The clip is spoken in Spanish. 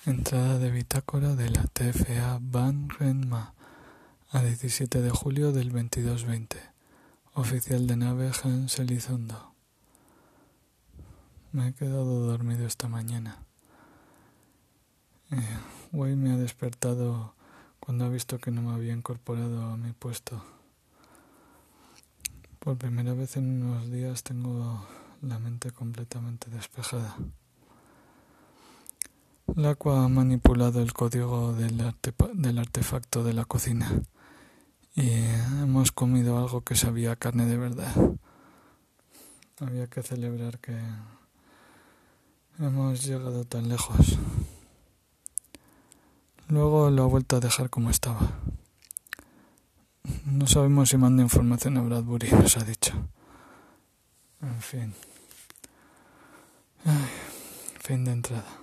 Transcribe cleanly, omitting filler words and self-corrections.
Entrada de bitácora de la TFA Ban Renma a 17 de julio del 2220. Oficial de nave Hans Elizondo. Me he quedado dormido esta mañana. Wei me ha despertado cuando ha visto que no me había incorporado a mi puesto. Por primera vez en unos días tengo la mente completamente despejada. Laqua ha manipulado el código del artefacto de la cocina y hemos comido algo que sabía a carne de verdad. Había que celebrar que hemos llegado tan lejos. Luego lo ha vuelto a dejar como estaba. No sabemos si manda información a Bradbury, nos ha dicho. En fin. Fin de entrada.